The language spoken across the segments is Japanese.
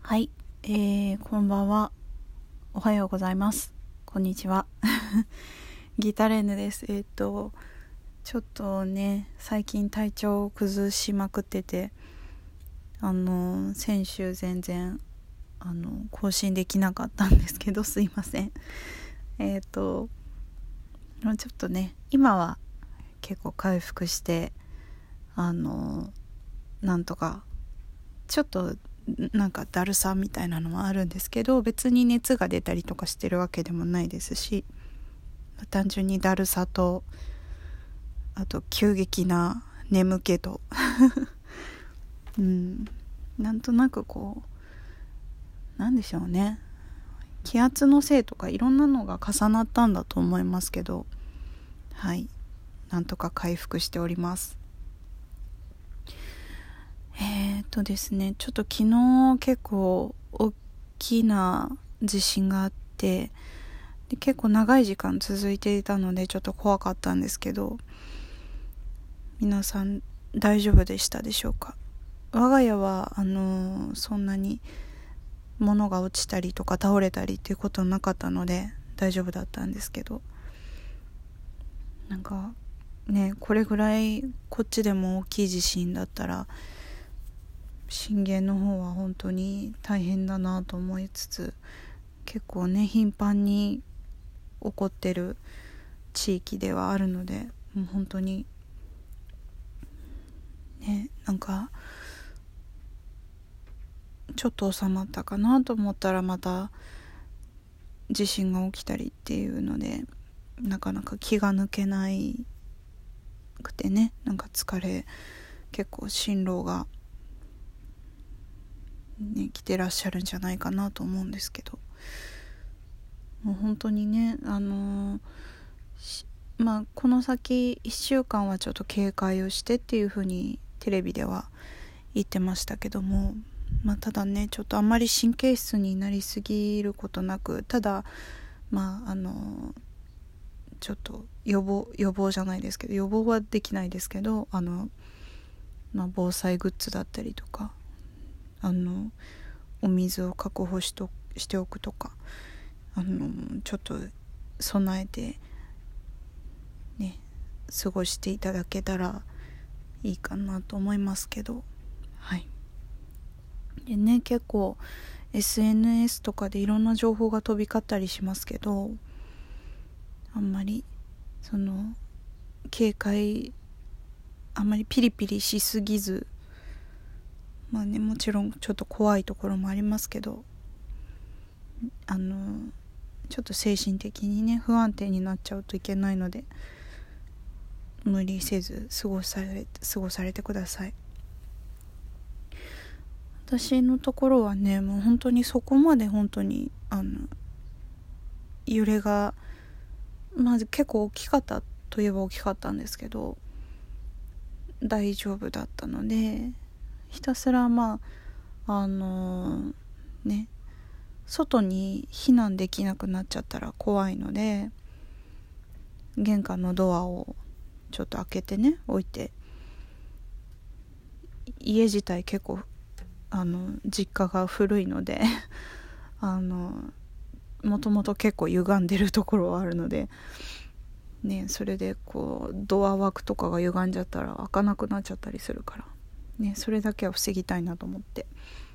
はい、こんばんは。おはようございます。こんにちは。ギタレーヌです。ちょっとね、最近体調を崩しまくってて、先週全然更新できなかったんですけど、すいません。ちょっとね、今は結構回復して、なんとかちょっとなんかだるさみたいなのもあるんですけど、別に熱が出たりとかしてるわけでもないですし、単純にだるさと、あと急激な眠気となんとなくなんでしょうね、気圧のせいとかいろんなのが重なったんだと思いますけど、はい、なんとか回復しております。ですね、ちょっと昨日結構大きな地震があって、で結構長い時間続いていたのでちょっと怖かったんですけど、皆さん大丈夫でしたでしょうか。我が家はそんなに物が落ちたりとか倒れたりっていうことはなかったので大丈夫だったんですけど、なんかね、これぐらいこっちでも大きい地震だったら震源の方は本当に大変だなと思いつつ、結構ね頻繁に起こってる地域ではあるので、もう本当にね、なんかちょっと収まったかなと思ったらまた地震が起きたりっていうので、なかなか気が抜けないくてね、なんか結構心労がね来てらっしゃるんじゃないかなと思うんですけど、もう本当にね、この先1週間はちょっと警戒をしてっていう風にテレビでは言ってましたけども、ただね、ちょっとあんまり神経質になりすぎることなく、ただちょっと予防じゃないですけど、予防はできないですけど、防災グッズだったりとか、お水を確保しておくとか、ちょっと備えてね過ごしていただけたらいいかなと思いますけど、はい。でね、結構 SNS とかでいろんな情報が飛び交ったりしますけど、あんまり警戒あんまりピリピリしすぎず、もちろんちょっと怖いところもありますけど、ちょっと精神的にね不安定になっちゃうといけないので、無理せず過ごされてください。私のところはね、もう本当にそこまで本当に揺れがまず結構大きかったといえば大きかったんですけど、大丈夫だったので、ひたすらね、外に避難できなくなっちゃったら怖いので、玄関のドアをちょっと開けてね置いて、家自体結構実家が古いのでもともと結構歪んでるところはあるのでね、それでドア枠とかが歪んじゃったら開かなくなっちゃったりするからね、それだけは防ぎたいなと思って、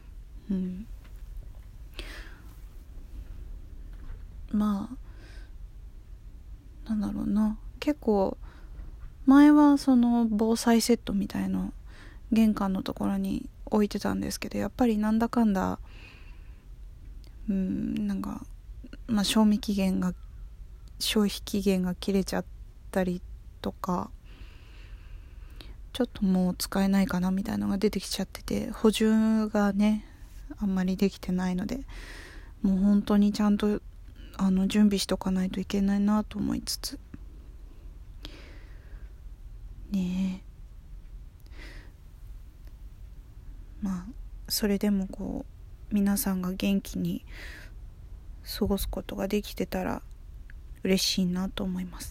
なんだろうな、結構前はその防災セットみたいの玄関のところに置いてたんですけど、やっぱりなんだかんだなんか消費期限が切れちゃったりとか、ちょっともう使えないかなみたいなのが出てきちゃってて、補充がねあんまりできてないので、もう本当にちゃんと準備しとかないといけないなと思いつつね。それでも皆さんが元気に過ごすことができてたら嬉しいなと思います。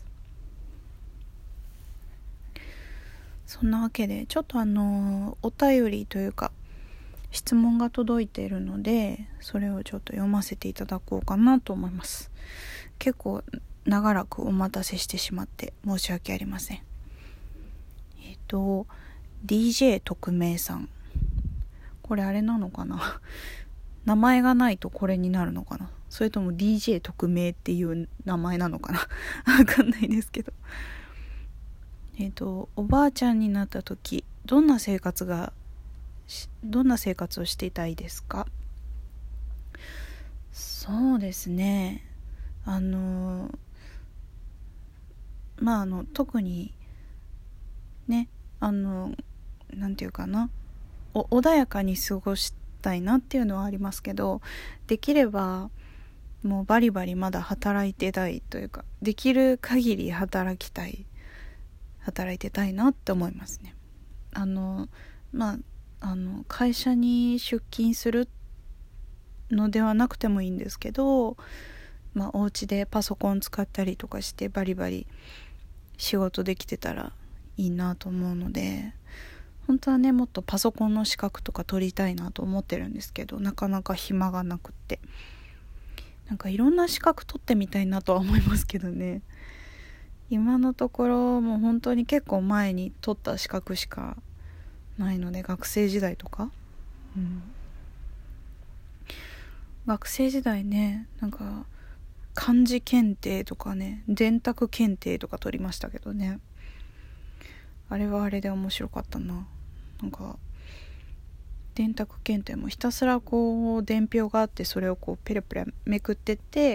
そんなわけでちょっとお便りというか質問が届いているので、それをちょっと読ませていただこうかなと思います。結構長らくお待たせしてしまって申し訳ありません。DJ 特命さん、これあれなのかな名前がないとこれになるのかな、それとも DJ 特命っていう名前なのかなわかんないですけど、おばあちゃんになった時どんな生活をしていたいですか？そうですね、特にね、なんていうかな、穏やかに過ごしたいなっていうのはありますけど、できればもうバリバリまだ働いてたいというか、できる限り働いてたいなって思いますね。会社に出勤するのではなくてもいいんですけど、お家でパソコン使ったりとかしてバリバリ仕事できてたらいいなと思うので、本当はねもっとパソコンの資格とか取りたいなと思ってるんですけど、なかなか暇がなくって、なんかいろんな資格取ってみたいなとは思いますけどね、今のところもう本当に結構前に取った資格しかないので、学生時代とか、学生時代ね、なんか漢字検定とかね、電卓検定とか取りましたけどね、あれはあれで面白かったな。なんか電卓検定もひたすらこう伝票があって、それをこうペラペラめくってって、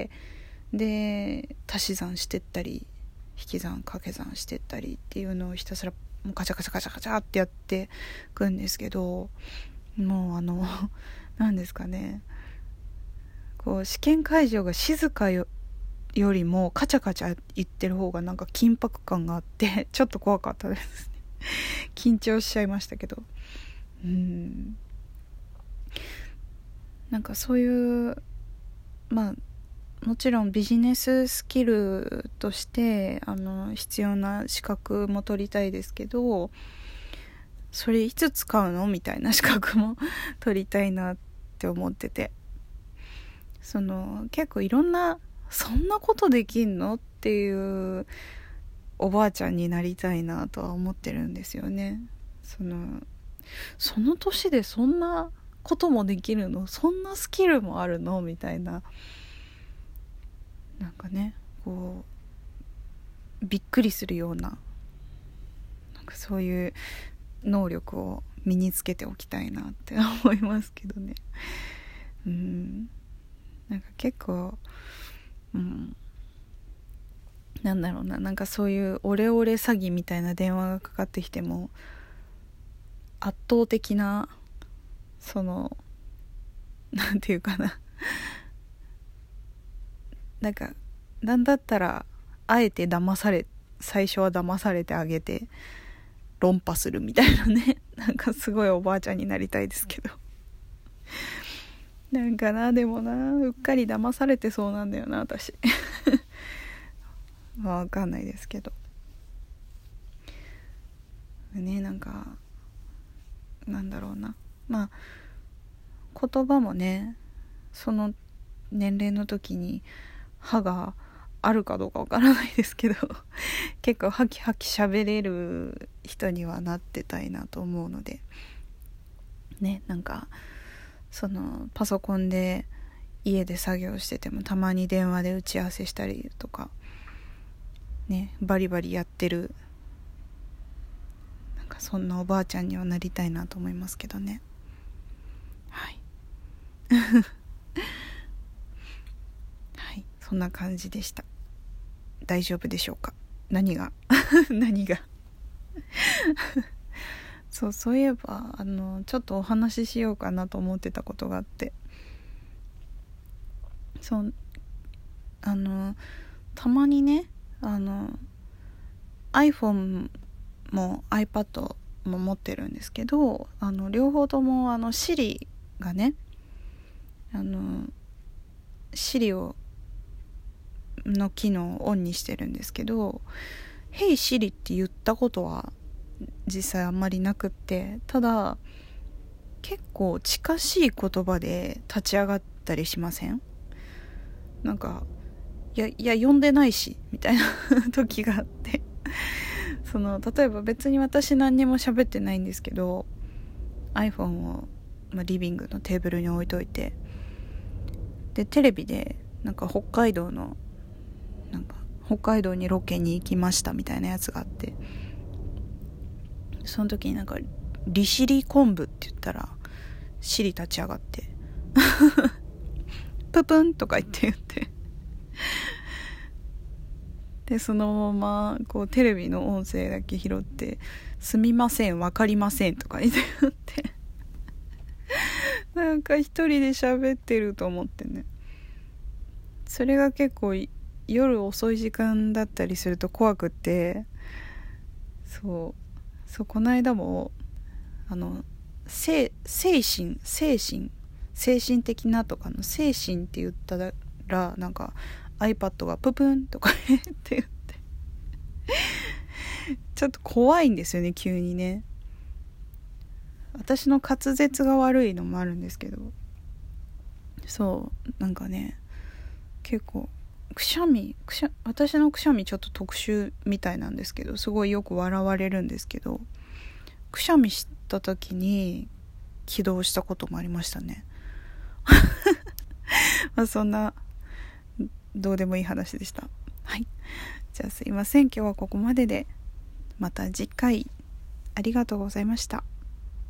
で足し算してったり引き算掛け算してったりっていうのをひたすらもうガチャガチャガチャガチャってやってくんですけど、もうなんですかね、こう試験会場が静かよりもカチャカチャ言ってる方がなんか緊迫感があってちょっと怖かったですね緊張しちゃいましたけど、なんかそういうもちろんビジネススキルとして必要な資格も取りたいですけど、それいつ使うのみたいな資格も取りたいなって思ってて、結構いろんな、そんなことできんのっていうおばあちゃんになりたいなとは思ってるんですよね。その年でそんなこともできるの、そんなスキルもあるのみたいな、なんかね、こうびっくりするような、なんかそういう能力を身につけておきたいなって思いますけどね。なんか結構なんだろうな、なんかそういうオレオレ詐欺みたいな電話がかかってきても、圧倒的ななんていうかななんかなんだったらあえて最初は騙されてあげて論破するみたいなねなんかすごいおばあちゃんになりたいですけどなんかな、でもな、うっかり騙されてそうなんだよな私わかんないですけどね、なんかなんだろうな、言葉もね、その年齢の時に歯があるかどうかわからないですけど結構ハキハキ喋れる人にはなってたいなと思うのでね、なんかパソコンで家で作業しててもたまに電話で打ち合わせしたりとかね、バリバリやってる、なんかそんなおばあちゃんにはなりたいなと思いますけどね。はいはい、そんな感じでした。大丈夫でしょうか？何がそういえばちょっとお話ししようかなと思ってたことがあって、たまにねiPhone も iPad も持ってるんですけど、両方ともSiri がねSiri の機能をオンにしてるんですけど、Hey Siri って言ったことは実際あんまりなくって、ただ結構近しい言葉で立ち上がったりしません？なんかいや呼んでないしみたいな時があって例えば別に私何にも喋ってないんですけど iPhone を、リビングのテーブルに置いといて、でテレビでなんか北海道にロケに行きましたみたいなやつがあって、その時になんか利尻昆布って言ったらシリ立ち上がってププンとか言ってでそのままこうテレビの音声だけ拾ってすみませんわかりませんとか言ってなんか一人で喋ってると思ってね、それが結構夜遅い時間だったりすると怖くって、そうこの間も精神的なとかの精神って言ったらなんか iPad がププンとかって言ってちょっと怖いんですよね、急にね。私の滑舌が悪いのもあるんですけど、なんかね、結構私のくしゃみちょっと特殊みたいなんですけど、すごいよく笑われるんですけど、くしゃみした時に起動したこともありましたねそんなどうでもいい話でした。はい、じゃあすいません、今日はここまでで、また次回。ありがとうございました。